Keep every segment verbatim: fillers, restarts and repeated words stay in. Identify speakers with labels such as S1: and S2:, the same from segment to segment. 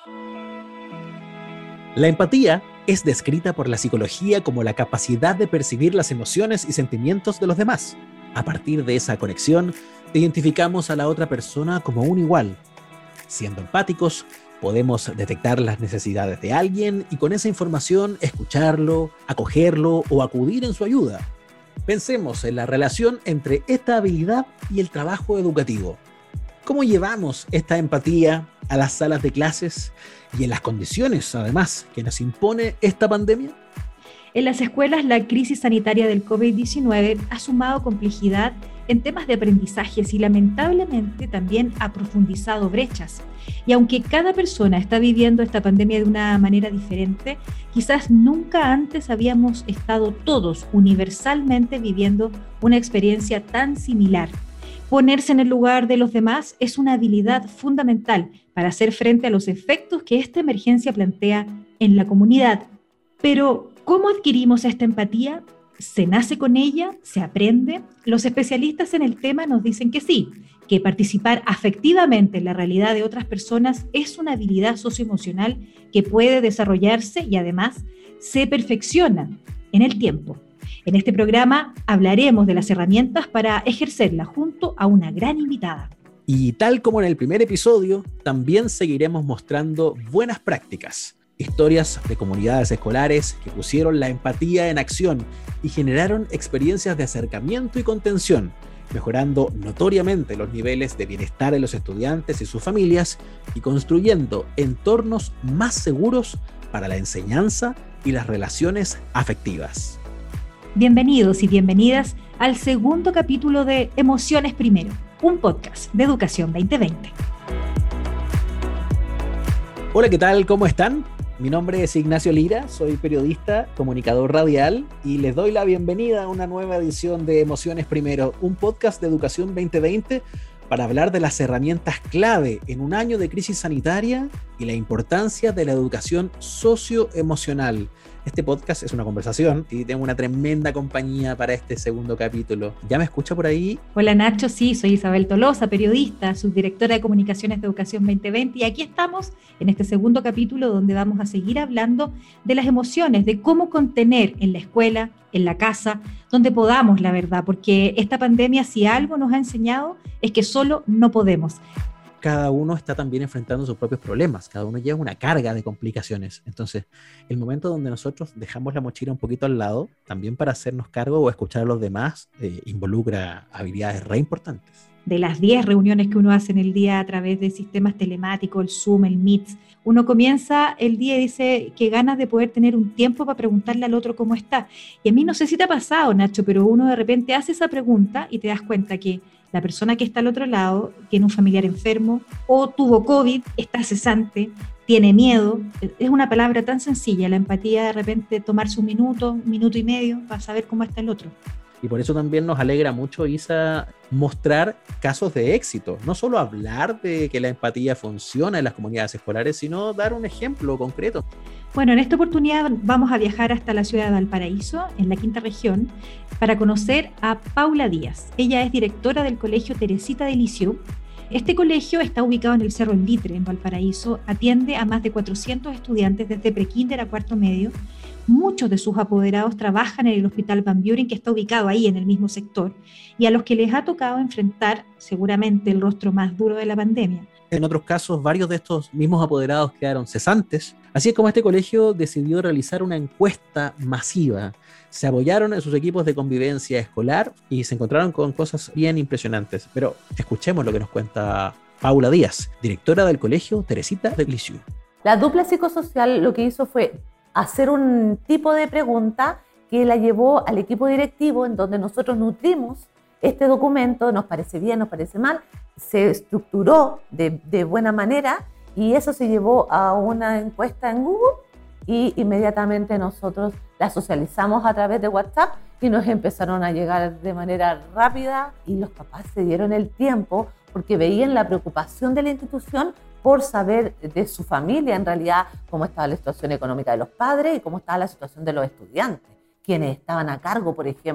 S1: La empatía es descrita por la psicología como la capacidad de percibir las emociones y sentimientos de los demás. A partir de esa conexión, identificamos a la otra persona como un igual. Siendo empáticos, podemos detectar las necesidades de alguien y con esa información escucharlo, acogerlo o acudir en su ayuda. Pensemos en la relación entre esta habilidad y el trabajo educativo. ¿Cómo llevamos esta empatía a las salas de clases y en las condiciones, además, que nos impone esta pandemia?
S2: En las escuelas, la crisis sanitaria del covid diecinueve ha sumado complejidad en temas de aprendizajes y lamentablemente también ha profundizado brechas. Y aunque cada persona está viviendo esta pandemia de una manera diferente, quizás nunca antes habíamos estado todos universalmente viviendo una experiencia tan similar. Ponerse en el lugar de los demás es una habilidad fundamental para hacer frente a los efectos que esta emergencia plantea en la comunidad. Pero, ¿cómo adquirimos esta empatía? ¿Se nace con ella? ¿Se aprende? Los especialistas en el tema nos dicen que sí, que participar afectivamente en la realidad de otras personas es una habilidad socioemocional que puede desarrollarse y además se perfecciona en el tiempo. En este programa hablaremos de las herramientas para ejercerla junto a una gran invitada.
S1: Y tal como en el primer episodio, también seguiremos mostrando buenas prácticas, historias de comunidades escolares que pusieron la empatía en acción y generaron experiencias de acercamiento y contención, mejorando notoriamente los niveles de bienestar en los estudiantes y sus familias y construyendo entornos más seguros para la enseñanza y las relaciones afectivas.
S2: Bienvenidos y bienvenidas al segundo capítulo de Emociones Primero, un podcast de Educación veinte veinte.
S1: Hola, ¿qué tal? ¿Cómo están? Mi nombre es Ignacio Lira, soy periodista, comunicador radial y les doy la bienvenida a una nueva edición de Emociones Primero, un podcast de Educación veinte veinte para hablar de las herramientas clave en un año de crisis sanitaria y la importancia de la educación socioemocional. Este podcast es una conversación y tengo una tremenda compañía para este segundo capítulo. ¿Ya me escucha por ahí?
S2: Hola Nacho, sí, soy Isabel Tolosa, periodista, subdirectora de Comunicaciones de Educación veinte veinte y aquí estamos en este segundo capítulo donde vamos a seguir hablando de las emociones, de cómo contener en la escuela, en la casa, donde podamos, la verdad, porque esta pandemia si algo nos ha enseñado es que solo no podemos.
S1: Cada uno está también enfrentando sus propios problemas, cada uno lleva una carga de complicaciones. Entonces, el momento donde nosotros dejamos la mochila un poquito al lado, también para hacernos cargo o escuchar a los demás, eh, involucra habilidades re importantes.
S2: De las diez reuniones que uno hace en el día a través de sistemas telemáticos, el Zoom, el Meet, uno comienza el día y dice que ganas de poder tener un tiempo para preguntarle al otro cómo está. Y a mí no sé si te ha pasado, Nacho, pero uno de repente hace esa pregunta y te das cuenta que la persona que está al otro lado tiene un familiar enfermo o tuvo COVID, está cesante, tiene miedo. Es una palabra tan sencilla, la empatía, de repente tomarse un minuto, un minuto y medio para saber cómo está el otro.
S1: Y por eso también nos alegra mucho, Isa, mostrar casos de éxito. No solo hablar de que la empatía funciona en las comunidades escolares, sino dar un ejemplo concreto.
S2: Bueno, en esta oportunidad vamos a viajar hasta la ciudad de Valparaíso, en la quinta región, para conocer a Paula Díaz. Ella es directora del Colegio Teresita de Lisieux. Este colegio está ubicado en el Cerro El Litre, en Valparaíso, atiende a más de cuatrocientos estudiantes desde prekinder a cuarto medio. Muchos de sus apoderados trabajan en el Hospital Van Buren, que está ubicado ahí en el mismo sector, y a los que les ha tocado enfrentar seguramente el rostro más duro de la pandemia.
S1: En otros casos, varios de estos mismos apoderados quedaron cesantes. Así es como este colegio decidió realizar una encuesta masiva. Se apoyaron en sus equipos de convivencia escolar y se encontraron con cosas bien impresionantes. Pero escuchemos lo que nos cuenta Paula Díaz, directora del Colegio Teresita de Lisieux.
S3: La dupla psicosocial lo que hizo fue hacer un tipo de pregunta que la llevó al equipo directivo, en donde nosotros nutrimos este documento, nos parece bien, nos parece mal, se estructuró de, de buena manera y eso se llevó a una encuesta en Google y inmediatamente nosotros la socializamos a través de WhatsApp y nos empezaron a llegar de manera rápida y los papás se dieron el tiempo porque veían la preocupación de la institución por saber de su familia, en realidad, cómo estaba la situación económica de los padres y cómo estaba la situación de los estudiantes, quienes estaban a cargo, por ejemplo,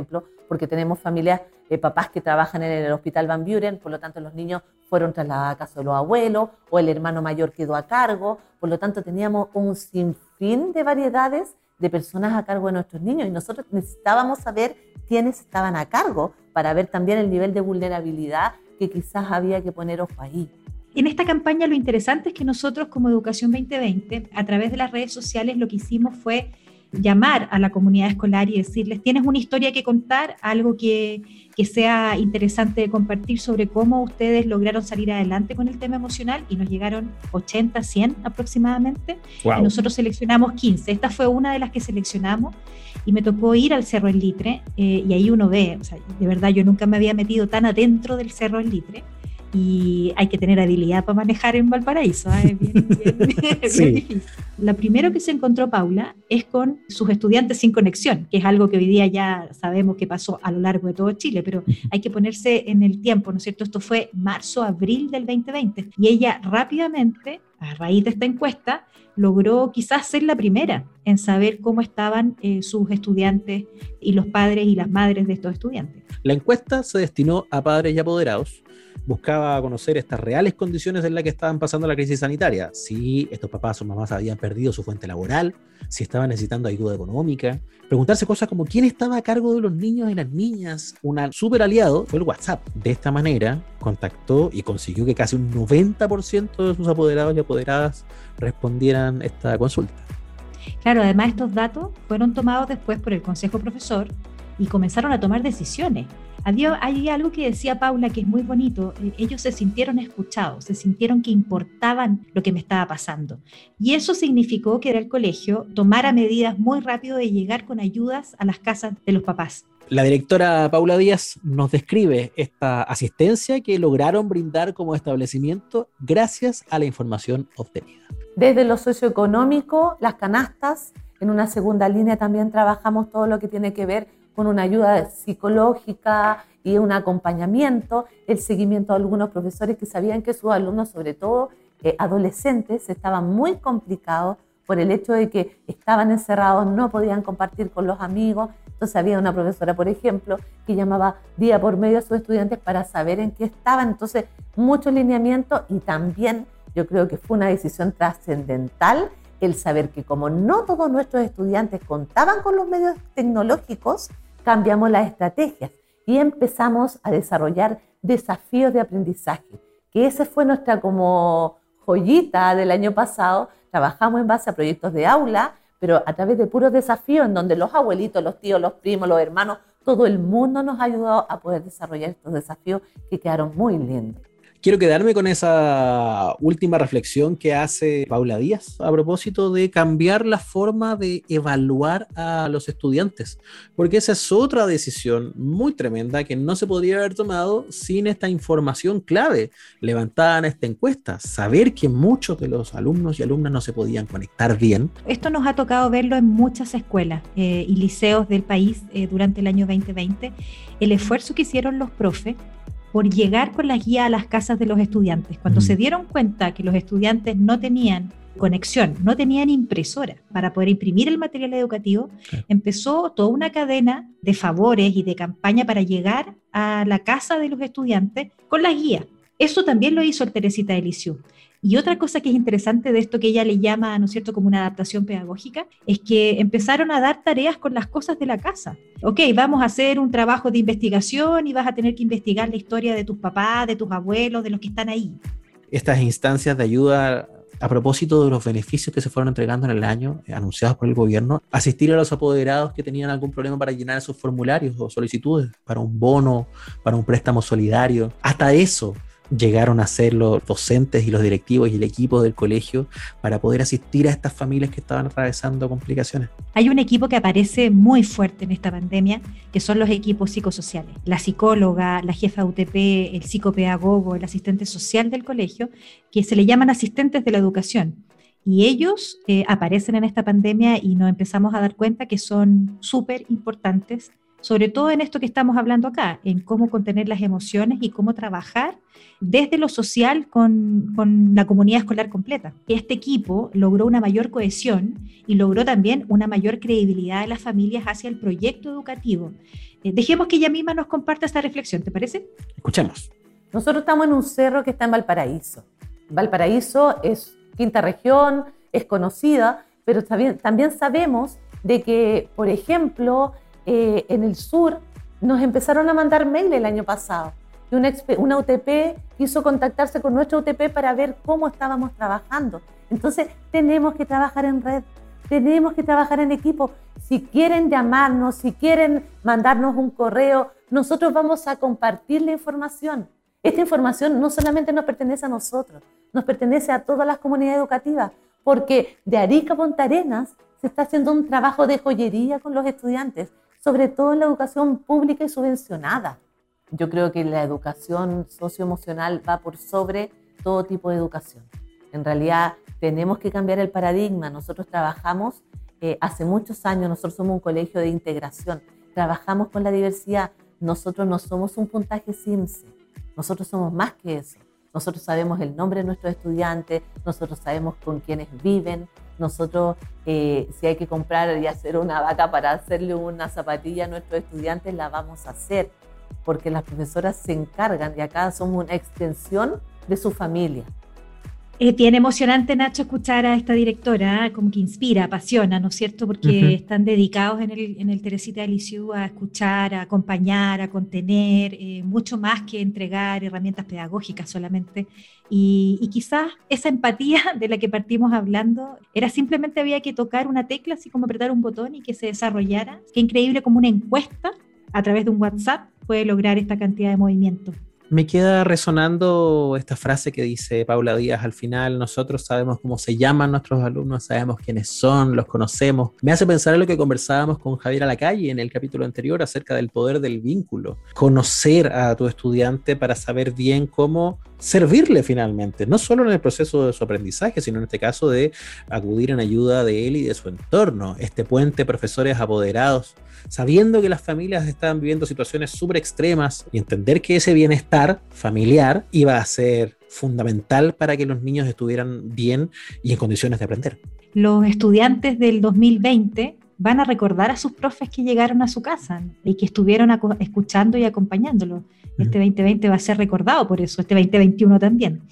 S3: porque tenemos familias, eh, papás que trabajan en el Hospital Van Buren, por lo tanto los niños fueron trasladados a casa de los abuelos, o el hermano mayor quedó a cargo, por lo tanto teníamos un sinfín de variedades de personas a cargo de nuestros niños, y nosotros necesitábamos saber quiénes estaban a cargo para ver también el nivel de vulnerabilidad que quizás había que poner ojo ahí.
S2: En esta campaña lo interesante es que nosotros como Educación veinte veinte, a través de las redes sociales, lo que hicimos fue llamar a la comunidad escolar y decirles, tienes una historia que contar, algo que, que sea interesante de compartir sobre cómo ustedes lograron salir adelante con el tema emocional, y nos llegaron ochenta, cien aproximadamente. Wow. Y nosotros seleccionamos quince. Esta fue una de las que seleccionamos y me tocó ir al Cerro El Litre, eh, y ahí uno ve, o sea, de verdad yo nunca me había metido tan adentro del Cerro El Litre. Y hay que tener habilidad para manejar en Valparaíso, ¿eh? Bien, bien, bien, sí. Bien difícil. La primero que se encontró Paula es con sus estudiantes sin conexión, que es algo que hoy día ya sabemos que pasó a lo largo de todo Chile, pero hay que ponerse en el tiempo, ¿no es cierto? Esto fue marzo, abril del veinte veinte, y ella rápidamente, a raíz de esta encuesta, logró quizás ser la primera en saber cómo estaban eh, sus estudiantes y los padres y las madres de estos estudiantes.
S1: La encuesta se destinó a padres y apoderados. Buscaba conocer estas reales condiciones en las que estaban pasando la crisis sanitaria, si estos papás o mamás habían perdido su fuente laboral, si estaban necesitando ayuda económica, preguntarse cosas como quién estaba a cargo de los niños y las niñas. Un súper aliado fue el WhatsApp. De esta manera contactó y consiguió que casi un noventa por ciento de sus apoderados y apoderadas respondieran esta consulta.
S2: Claro, además estos datos fueron tomados después por el Consejo Profesor y comenzaron a tomar decisiones. Había, hay algo que decía Paula que es muy bonito, ellos se sintieron escuchados, se sintieron que importaban lo que me estaba pasando. Y eso significó que el colegio tomara medidas muy rápido de llegar con ayudas a las casas de los papás.
S1: La directora Paula Díaz nos describe esta asistencia que lograron brindar como establecimiento gracias a la información obtenida.
S3: Desde lo socioeconómico, las canastas, en una segunda línea también trabajamos todo lo que tiene que ver con una ayuda psicológica y un acompañamiento, el seguimiento de algunos profesores que sabían que sus alumnos, sobre todo eh, adolescentes, estaban muy complicados por el hecho de que estaban encerrados, no podían compartir con los amigos. Entonces había una profesora, por ejemplo, que llamaba día por medio a sus estudiantes para saber en qué estaban. Entonces, mucho lineamiento, y también yo creo que fue una decisión trascendental el saber que como no todos nuestros estudiantes contaban con los medios tecnológicos, cambiamos las estrategias y empezamos a desarrollar desafíos de aprendizaje, que esa fue nuestra como joyita del año pasado. Trabajamos en base a proyectos de aula, pero a través de puros desafíos en donde los abuelitos, los tíos, los primos, los hermanos, todo el mundo nos ayudó a poder desarrollar estos desafíos que quedaron muy lindos.
S1: Quiero quedarme con esa última reflexión que hace Paula Díaz a propósito de cambiar la forma de evaluar a los estudiantes, porque esa es otra decisión muy tremenda que no se podría haber tomado sin esta información clave levantada en esta encuesta, saber que muchos de los alumnos y alumnas no se podían conectar bien.
S2: Esto nos ha tocado verlo en muchas escuelas eh, y liceos del país eh, durante el año veinte veinte, el esfuerzo que hicieron los profes por llegar con las guías a las casas de los estudiantes. Cuando mm. se dieron cuenta que los estudiantes no tenían conexión, no tenían impresora para poder imprimir el material educativo, okay. empezó toda una cadena de favores y de campaña para llegar a la casa de los estudiantes con las guías. Eso también lo hizo el Teresita de Lisieux. Y otra cosa que es interesante de esto que ella le llama, ¿no es cierto?, como una adaptación pedagógica, es que empezaron a dar tareas con las cosas de la casa. Ok, vamos a hacer un trabajo de investigación y vas a tener que investigar la historia de tus papás, de tus abuelos, de los que están ahí.
S1: Estas instancias de ayuda, a propósito de los beneficios que se fueron entregando en el año, eh, anunciados por el gobierno, asistir a los apoderados que tenían algún problema para llenar sus formularios o solicitudes, para un bono, para un préstamo solidario, hasta eso llegaron a ser los docentes y los directivos y el equipo del colegio para poder asistir a estas familias que estaban atravesando complicaciones.
S2: Hay un equipo que aparece muy fuerte en esta pandemia, que son los equipos psicosociales. La psicóloga, la jefa de U T P, el psicopedagogo, el asistente social del colegio, que se le llaman asistentes de la educación. Y ellos eh, aparecen en esta pandemia y nos empezamos a dar cuenta que son súper importantes sobre todo en esto que estamos hablando acá, en cómo contener las emociones y cómo trabajar desde lo social con, con la comunidad escolar completa. Este equipo logró una mayor cohesión y logró también una mayor credibilidad de las familias hacia el proyecto educativo. Eh, dejemos que ella misma nos comparta esta reflexión, ¿te parece?
S1: Escuchemos.
S3: Nosotros estamos en un cerro que está en Valparaíso. Valparaíso es quinta región, es conocida, pero también, también sabemos de que, por ejemplo, eh, en el sur nos empezaron a mandar mail el año pasado. Y una, una U T P quiso contactarse con nuestra U T P para ver cómo estábamos trabajando. Entonces, tenemos que trabajar en red, tenemos que trabajar en equipo. Si quieren llamarnos, si quieren mandarnos un correo, nosotros vamos a compartir la información. Esta información no solamente nos pertenece a nosotros, nos pertenece a todas las comunidades educativas, porque de Arica a Punta Arenas se está haciendo un trabajo de joyería con los estudiantes, sobre todo en la educación pública y subvencionada. Yo creo que la educación socioemocional va por sobre todo tipo de educación. En realidad tenemos que cambiar el paradigma. Nosotros trabajamos eh, hace muchos años, nosotros somos un colegio de integración, trabajamos con la diversidad. Nosotros no somos un puntaje CIMSE, nosotros somos más que eso. Nosotros sabemos el nombre de nuestros estudiantes, nosotros sabemos con quiénes viven, nosotros eh, si hay que comprar y hacer una vaca para hacerle una zapatilla a nuestros estudiantes, la vamos a hacer, porque las profesoras se encargan y acá somos una extensión de su familia.
S2: Es bien emocionante, Nacho, escuchar a esta directora, ¿eh? Como que inspira, apasiona, ¿no es cierto? Porque uh-huh. están dedicados en el, en el Teresita de Lisieux a escuchar, a acompañar, a contener, eh, mucho más que entregar herramientas pedagógicas solamente. Y, y quizás esa empatía de la que partimos hablando era simplemente había que tocar una tecla, así como apretar un botón y que se desarrollara. Qué increíble como una encuesta a través de un WhatsApp puede lograr esta cantidad de movimiento.
S1: Me queda resonando esta frase que dice Paula Díaz al final: nosotros sabemos cómo se llaman nuestros alumnos, sabemos quiénes son, los conocemos. Me hace pensar en lo que conversábamos con Javier Alacalle en el capítulo anterior acerca del poder del vínculo. Conocer a tu estudiante para saber bien cómo servirle finalmente, no solo en el proceso de su aprendizaje, sino en este caso de acudir en ayuda de él y de su entorno. Este puente profesores apoderados, sabiendo que las familias estaban viviendo situaciones súper extremas y entender que ese bienestar familiar iba a ser fundamental para que los niños estuvieran bien y en condiciones de aprender.
S2: Los estudiantes del dos mil veinte van a recordar a sus profes que llegaron a su casa y que estuvieron aco- escuchando y acompañándolos. Este veinte veinte va a ser recordado por eso, este veinte veintiuno también.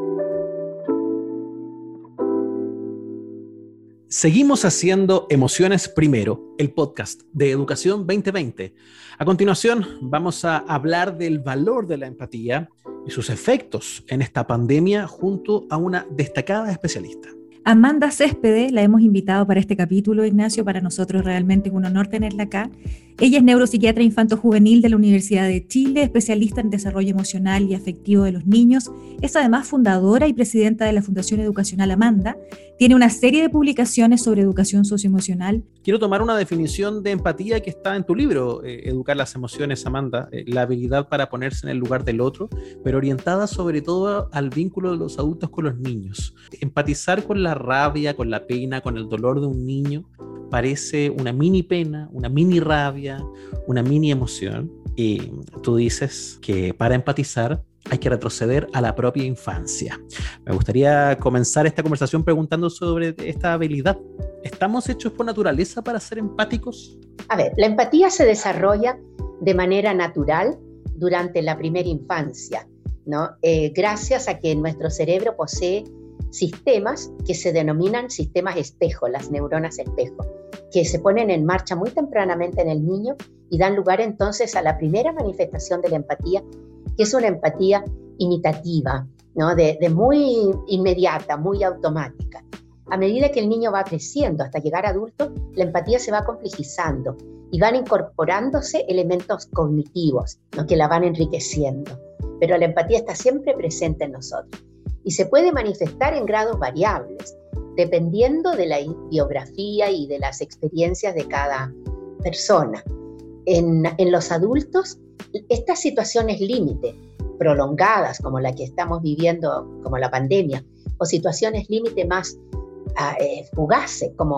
S1: Seguimos haciendo Emociones Primero, el podcast de Educación veinte veinte. A continuación, vamos a hablar del valor de la empatía y sus efectos en esta pandemia junto a una destacada especialista.
S2: Amanda Céspedes la hemos invitado para este capítulo, Ignacio. Para nosotros realmente es un honor tenerla acá. Ella es neuropsiquiatra infanto-juvenil de la Universidad de Chile, especialista en desarrollo emocional y afectivo de los niños. Es además fundadora y presidenta de la Fundación Educacional Amanda. Tiene una serie de publicaciones sobre educación socioemocional.
S1: Quiero tomar una definición de empatía que está en tu libro, eh, Educar las emociones, Amanda, eh, la habilidad para ponerse en el lugar del otro, pero orientada sobre todo al vínculo de los adultos con los niños. Empatizar con la rabia, con la pena, con el dolor de un niño parece una mini pena, una mini rabia, una mini emoción. Y tú dices que para empatizar hay que retroceder a la propia infancia. Me gustaría comenzar esta conversación preguntando sobre esta habilidad. ¿Estamos hechos por naturaleza para ser empáticos?
S4: A ver, la empatía se desarrolla de manera natural durante la primera infancia, ¿no? Eh, gracias a que nuestro cerebro posee sistemas que se denominan sistemas espejo, las neuronas espejo, que se ponen en marcha muy tempranamente en el niño y dan lugar entonces a la primera manifestación de la empatía, que es una empatía imitativa, ¿no? de, de muy inmediata, muy automática. A medida que el niño va creciendo hasta llegar a adulto, la empatía se va complejizando y van incorporándose elementos cognitivos, ¿no? que la van enriqueciendo. Pero la empatía está siempre presente en nosotros y se puede manifestar en grados variables, dependiendo de la biografía y de las experiencias de cada persona. En, en los adultos, estas situaciones límite, prolongadas como la que estamos viviendo, como la pandemia, o situaciones límite más uh, eh, fugaces, como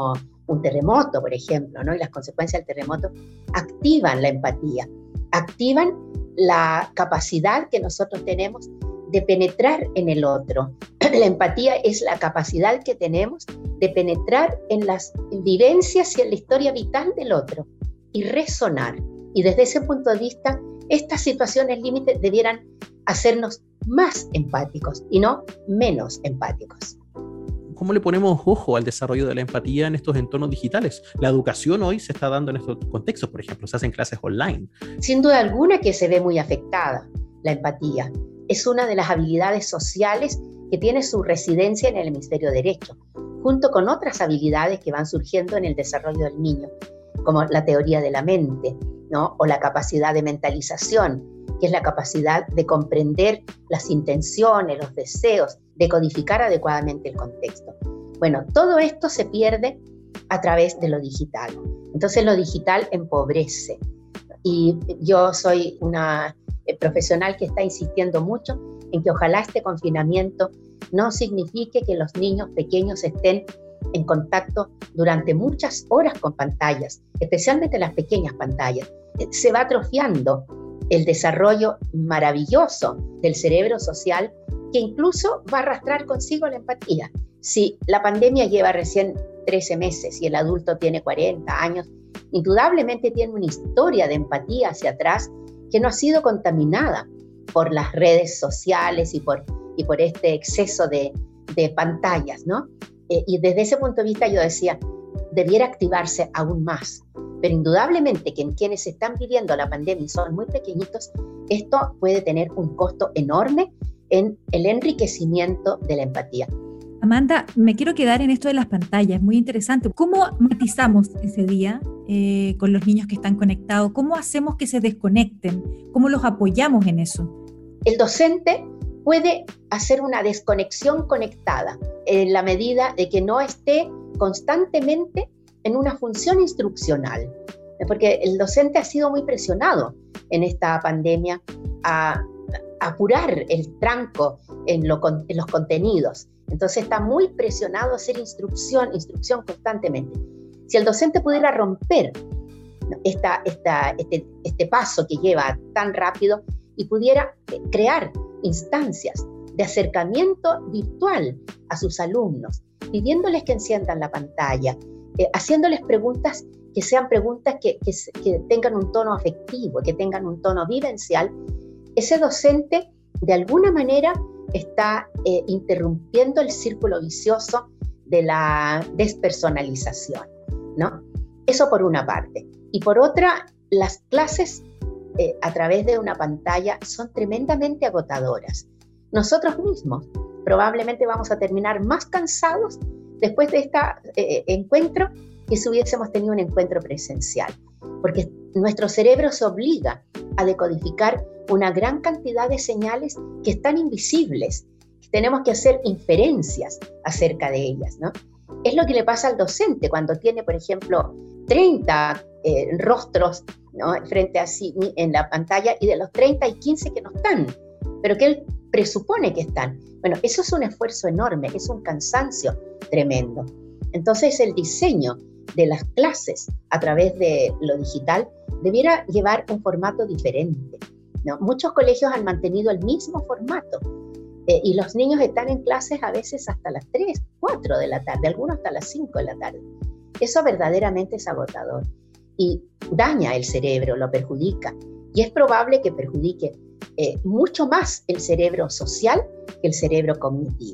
S4: un terremoto, por ejemplo, ¿no? Y las consecuencias del terremoto activan la empatía, activan la capacidad que nosotros tenemos de penetrar en el otro. La empatía es la capacidad que tenemos de penetrar en las vivencias y en la historia vital del otro y resonar. Y desde ese punto de vista, estas situaciones límites debieran hacernos más empáticos y no menos empáticos.
S1: ¿Cómo le ponemos ojo al desarrollo de la empatía en estos entornos digitales? La educación hoy se está dando en estos contextos, por ejemplo, se hacen clases online.
S4: Sin duda alguna que se ve muy afectada la empatía. Es una de las habilidades sociales que tiene su residencia en el hemisferio derecho, junto con otras habilidades que van surgiendo en el desarrollo del niño, como la teoría de la mente, ¿no? O la capacidad de mentalización, que es la capacidad de comprender las intenciones, los deseos, de codificar adecuadamente el contexto. Bueno, todo esto se pierde a través de lo digital. Entonces lo digital empobrece. Y yo soy una profesional que está insistiendo mucho en que ojalá este confinamiento no signifique que los niños pequeños estén en contacto durante muchas horas con pantallas, especialmente las pequeñas pantallas. Se va atrofiando el desarrollo maravilloso del cerebro social, que incluso va a arrastrar consigo la empatía. Si la pandemia lleva recién trece meses y el adulto tiene cuarenta años, indudablemente tiene una historia de empatía hacia atrás que no ha sido contaminada por las redes sociales y por, y por este exceso de, de pantallas, ¿no? Eh, y desde ese punto de vista yo decía, debiera activarse aún más. Pero indudablemente que en quienes están viviendo la pandemia y son muy pequeñitos, esto puede tener un costo enorme en el enriquecimiento de la empatía.
S2: Amanda, me quiero quedar en esto de las pantallas, muy interesante. ¿Cómo matizamos ese día eh, con los niños que están conectados? ¿Cómo hacemos que se desconecten? ¿Cómo los apoyamos en eso?
S4: El docente puede hacer una desconexión conectada en la medida de que no esté constantemente en una función instruccional, porque el docente ha sido muy presionado en esta pandemia a apurar el tranco en, lo, en los contenidos. Entonces está muy presionado a hacer instrucción, instrucción constantemente. Si el docente pudiera romper esta, esta, este, este paso que lleva tan rápido y pudiera crear instancias de acercamiento virtual a sus alumnos, pidiéndoles que enciendan la pantalla, eh, haciéndoles preguntas que sean preguntas que, que, que tengan un tono afectivo, que tengan un tono vivencial, ese docente de alguna manera está eh, interrumpiendo el círculo vicioso de la despersonalización, ¿no? Eso por una parte. Y por otra, las clases eh, a través de una pantalla son tremendamente agotadoras. Nosotros mismos probablemente vamos a terminar más cansados después de este eh, encuentro que si hubiésemos tenido un encuentro presencial, porque nuestro cerebro se obliga a decodificar una gran cantidad de señales que están invisibles. Tenemos que hacer inferencias acerca de ellas, ¿no? Es lo que le pasa al docente cuando tiene, por ejemplo, treinta eh, rostros, ¿no?, frente a sí en la pantalla, y de los treinta hay quince que no están, pero que él presupone que están. Bueno, eso es un esfuerzo enorme, es un cansancio tremendo. Entonces el diseño de las clases a través de lo digital debiera llevar un formato diferente, ¿no? Muchos colegios han mantenido el mismo formato eh, y los niños están en clases a veces hasta las tres, cuatro de la tarde, algunos hasta las cinco de la tarde. Eso verdaderamente es agotador y daña el cerebro, lo perjudica, y es probable que perjudique eh, mucho más el cerebro social que el cerebro cognitivo.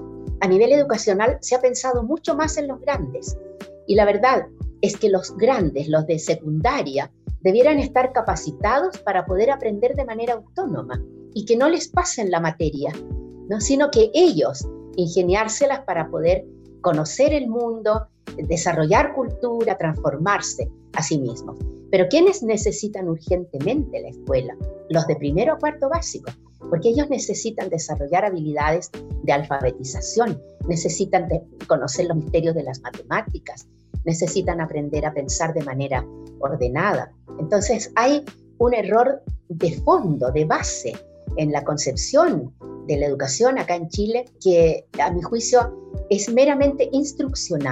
S4: A nivel educacional se ha pensado mucho más en los grandes, y la verdad es que los grandes, los de secundaria, debieran estar capacitados para poder aprender de manera autónoma y que no les pasen la materia, ¿no?, sino que ellos ingeniárselas para poder conocer el mundo, desarrollar cultura, transformarse a sí mismos. Pero ¿quiénes necesitan urgentemente la escuela? Los de primero a cuarto básico, porque ellos necesitan desarrollar habilidades de alfabetización, necesitan de conocer los misterios de las matemáticas, necesitan aprender a pensar de manera ordenada. Entonces hay un error de fondo, de base, en la concepción de la educación acá en Chile, que a mi juicio es meramente instruccional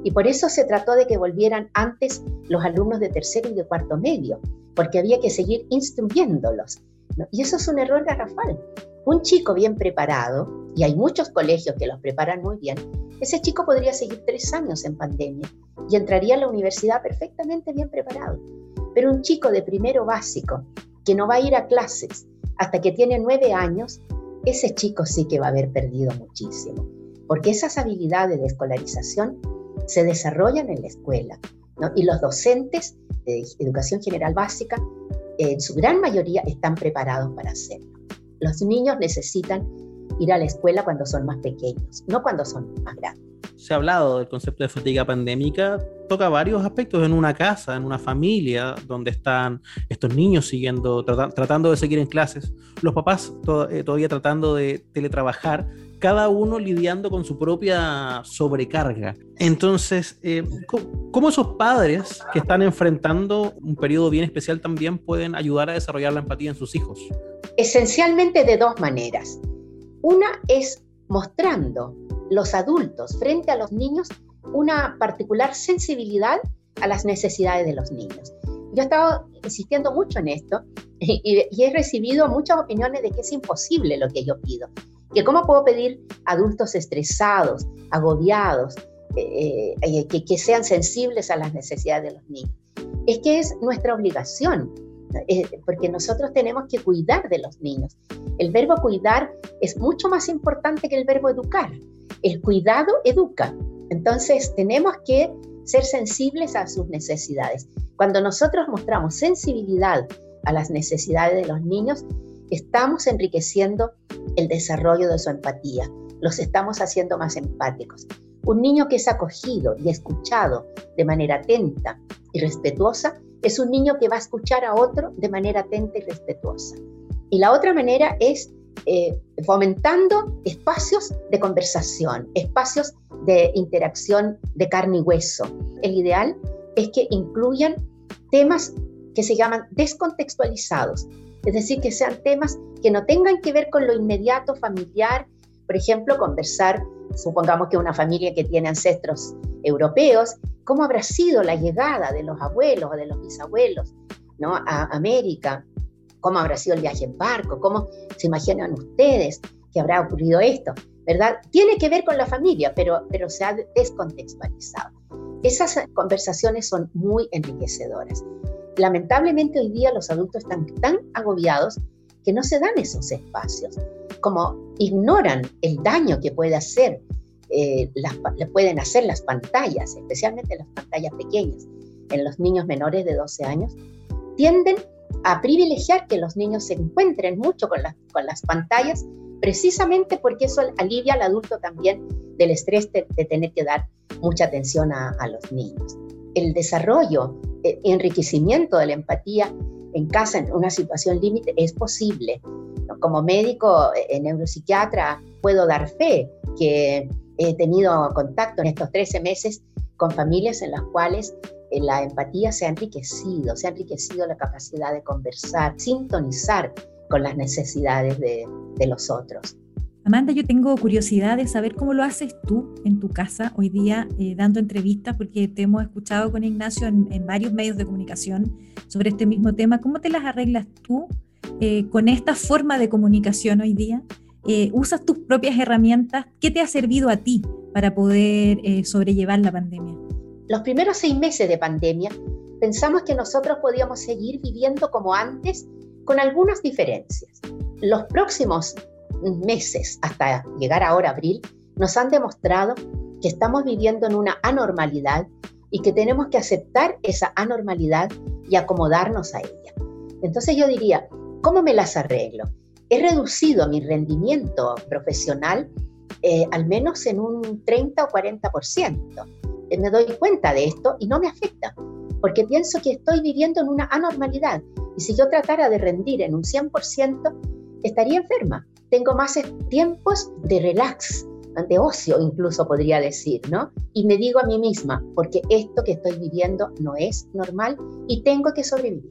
S4: Y por eso se trató de que volvieran antes los alumnos de tercero y de cuarto medio, porque había que seguir instruyéndolos, ¿no? Y eso es un error garrafal. Un chico bien preparado, y hay muchos colegios que los preparan muy bien, ese chico podría seguir tres años en pandemia y entraría a la universidad perfectamente bien preparado. Pero un chico de primero básico, que no va a ir a clases hasta que tiene nueve años, ese chico sí que va a haber perdido muchísimo, porque esas habilidades de escolarización se desarrollan en la escuela, ¿no? Y los docentes de educación general básica, en su gran mayoría, están preparados para hacerlo. Los niños necesitan ir a la escuela cuando son más pequeños, no cuando son más grandes.
S1: Se ha hablado del concepto de fatiga pandémica, toca varios aspectos en una casa, en una familia, donde están estos niños siguiendo, trata, tratando de seguir en clases, los papás to, eh, todavía tratando de teletrabajar, cada uno lidiando con su propia sobrecarga. Entonces, eh, ¿cómo, ¿cómo esos padres que están enfrentando un periodo bien especial también pueden ayudar a desarrollar la empatía en sus hijos?
S4: Esencialmente de dos maneras. Una es mostrando los adultos frente a los niños una particular sensibilidad a las necesidades de los niños. Yo he estado insistiendo mucho en esto y, y he recibido muchas opiniones de que es imposible lo que yo pido, que cómo puedo pedir a adultos estresados, agobiados, eh, eh, que, que sean sensibles a las necesidades de los niños. Es que es nuestra obligación, eh, porque nosotros tenemos que cuidar de los niños. El verbo cuidar es mucho más importante que el verbo educar. El cuidado educa. Entonces tenemos que ser sensibles a sus necesidades. Cuando nosotros mostramos sensibilidad a las necesidades de los niños, estamos enriqueciendo el desarrollo de su empatía, los estamos haciendo más empáticos. Un niño que es acogido y escuchado de manera atenta y respetuosa es un niño que va a escuchar a otro de manera atenta y respetuosa. Y la otra manera es eh, fomentando espacios de conversación, espacios de interacción de carne y hueso. El ideal es que incluyan temas que se llaman descontextualizados, es decir, que sean temas que no tengan que ver con lo inmediato familiar. Por ejemplo, conversar, supongamos que una familia que tiene ancestros europeos, ¿cómo habrá sido la llegada de los abuelos o de los bisabuelos, ¿no?, a América? ¿Cómo habrá sido el viaje en barco? ¿Cómo se imaginan ustedes que habrá ocurrido esto? ¿Verdad? Tiene que ver con la familia, pero, pero se ha descontextualizado. Esas conversaciones son muy enriquecedoras. Lamentablemente hoy día los adultos están tan agobiados que no se dan esos espacios, como ignoran el daño que puede hacer, eh, las, le pueden hacer las pantallas, especialmente las pantallas pequeñas. En los niños menores de doce años tienden a privilegiar que los niños se encuentren mucho con, la, con las pantallas, precisamente porque eso alivia al adulto también del estrés de, de tener que dar mucha atención a, a los niños. El desarrollo, eh, enriquecimiento de la empatía en casa en una situación límite es posible. Como médico, eh, neuropsiquiatra, puedo dar fe que he tenido contacto en estos trece meses con familias en las cuales eh, la empatía se ha enriquecido, se ha enriquecido la capacidad de conversar, sintonizar con las necesidades de, de los otros.
S2: Amanda, yo tengo curiosidad de saber cómo lo haces tú en tu casa hoy día, eh, dando entrevistas, porque te hemos escuchado con Ignacio en, en varios medios de comunicación sobre este mismo tema. ¿Cómo te las arreglas tú eh, con esta forma de comunicación hoy día? Eh, ¿Usas tus propias herramientas? ¿Qué te ha servido a ti para poder eh, sobrellevar la pandemia?
S4: Los primeros seis meses de pandemia pensamos que nosotros podíamos seguir viviendo como antes, con algunas diferencias. Los próximos meses, hasta llegar ahora a abril, nos han demostrado que estamos viviendo en una anormalidad y que tenemos que aceptar esa anormalidad y acomodarnos a ella. Entonces yo diría, ¿cómo me las arreglo? He reducido mi rendimiento profesional eh, al menos en un treinta o cuarenta por ciento. Eh, me doy cuenta de esto y no me afecta, porque pienso que estoy viviendo en una anormalidad y si yo tratara de rendir en un cien por ciento, estaría enferma. Tengo más tiempos de relax, de ocio incluso podría decir, ¿no? Y me digo a mí misma, porque esto que estoy viviendo no es normal y tengo que sobrevivir.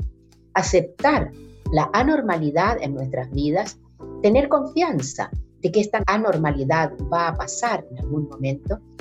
S4: Aceptar la anormalidad en nuestras vidas, tener confianza de que esta anormalidad va a pasar en algún momento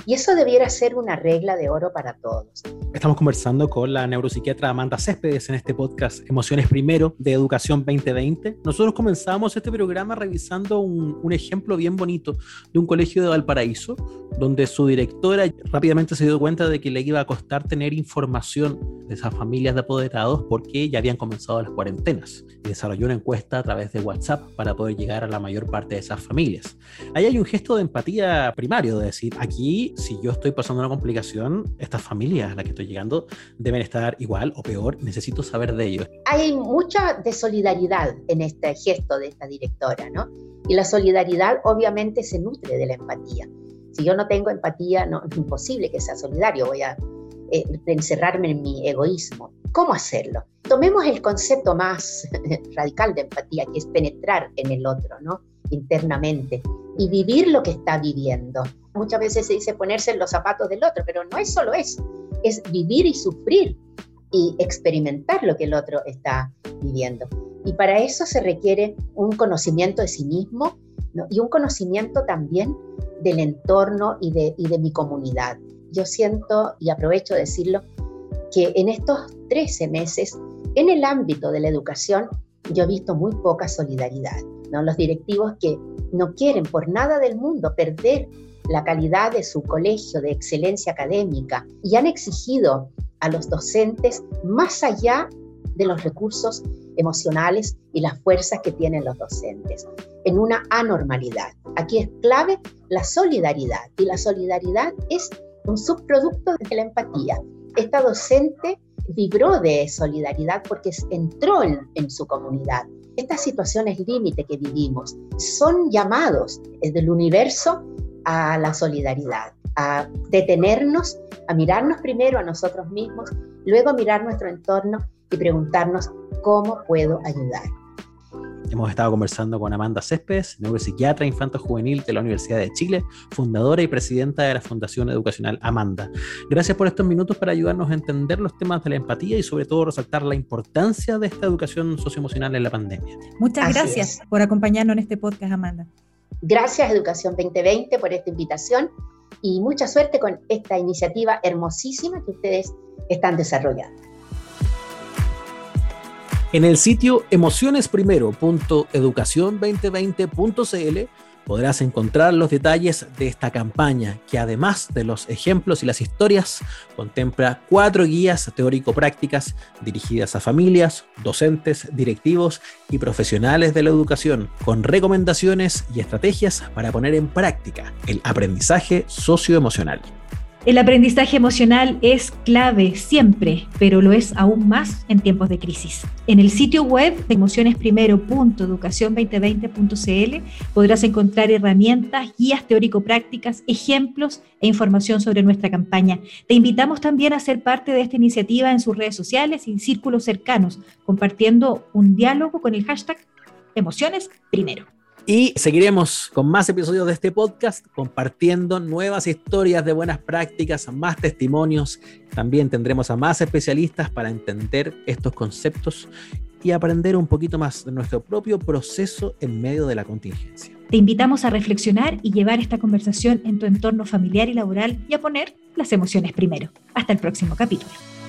S4: Y eso debiera ser una regla de oro para todos.
S1: Estamos conversando con la neuropsiquiatra Amanda Céspedes en este podcast Emociones Primero de Educación veinte veinte. Nosotros comenzamos este programa revisando un, un ejemplo bien bonito de un colegio de Valparaíso, donde su directora rápidamente se dio cuenta de que le iba a costar tener información de esas familias de apoderados porque ya habían comenzado las cuarentenas, y desarrolló una encuesta a través de WhatsApp para poder llegar a la mayor parte de esas familias. Ahí hay un gesto de empatía primario, de decir, aquí, si yo estoy pasando una complicación, estas familias a las que estoy llegando deben estar igual o peor, necesito saber de ellos.
S4: Hay mucha de solidaridad en este gesto de esta directora, ¿no? Y la solidaridad obviamente se nutre de la empatía. Si yo no tengo empatía, no, es imposible que sea solidario, voy a eh, encerrarme en mi egoísmo. ¿Cómo hacerlo? Tomemos el concepto más radical de empatía, que es penetrar en el otro, ¿no? Internamente, y vivir lo que está viviendo. Muchas veces se dice ponerse en los zapatos del otro, pero no es solo eso, es vivir y sufrir y experimentar lo que el otro está viviendo. Y para eso se requiere un conocimiento de sí mismo, ¿no? Y un conocimiento también del entorno y de, y de mi comunidad. Yo siento, y aprovecho de decirlo, que en estos trece meses, en el ámbito de la educación, yo he visto muy poca solidaridad, ¿no? Los directivos que no quieren por nada del mundo perder la calidad de su colegio de excelencia académica y han exigido a los docentes más allá de los recursos emocionales y las fuerzas que tienen los docentes, en una anormalidad. Aquí es clave la solidaridad, y la solidaridad es un subproducto de la empatía. Esta docente vibró de solidaridad porque entró en, en su comunidad. Estas situaciones límite que vivimos son llamados desde el universo a la solidaridad, a detenernos, a mirarnos primero a nosotros mismos, luego a mirar nuestro entorno y preguntarnos cómo puedo ayudar.
S1: Hemos estado conversando con Amanda Céspedes, neuropsiquiatra infanto-juvenil de la Universidad de Chile, fundadora y presidenta de la Fundación Educacional Amanda. Gracias por estos minutos para ayudarnos a entender los temas de la empatía y sobre todo resaltar la importancia de esta educación socioemocional en la pandemia.
S2: Muchas
S4: Así
S2: gracias
S4: es.
S2: por acompañarnos en este podcast, Amanda.
S4: Gracias Educación veinte veinte por esta invitación y mucha suerte con esta iniciativa hermosísima que ustedes están desarrollando.
S1: En el sitio emociones primero punto educación veinte veinte punto c l podrás encontrar los detalles de esta campaña, que además de los ejemplos y las historias, contempla cuatro guías teórico-prácticas dirigidas a familias, docentes, directivos y profesionales de la educación, con recomendaciones y estrategias para poner en práctica el aprendizaje socioemocional.
S2: El aprendizaje emocional es clave siempre, pero lo es aún más en tiempos de crisis. En el sitio web de emociones primero punto educación veinte veinte punto c l podrás encontrar herramientas, guías teórico-prácticas, ejemplos e información sobre nuestra campaña. Te invitamos también a ser parte de esta iniciativa en sus redes sociales y círculos cercanos, compartiendo un diálogo con el hashtag Emociones Primero.
S1: Y seguiremos con más episodios de este podcast, compartiendo nuevas historias de buenas prácticas, más testimonios. También tendremos a más especialistas para entender estos conceptos y aprender un poquito más de nuestro propio proceso en medio de la contingencia.
S2: Te invitamos a reflexionar y llevar esta conversación en tu entorno familiar y laboral y a poner las emociones primero. Hasta el próximo capítulo.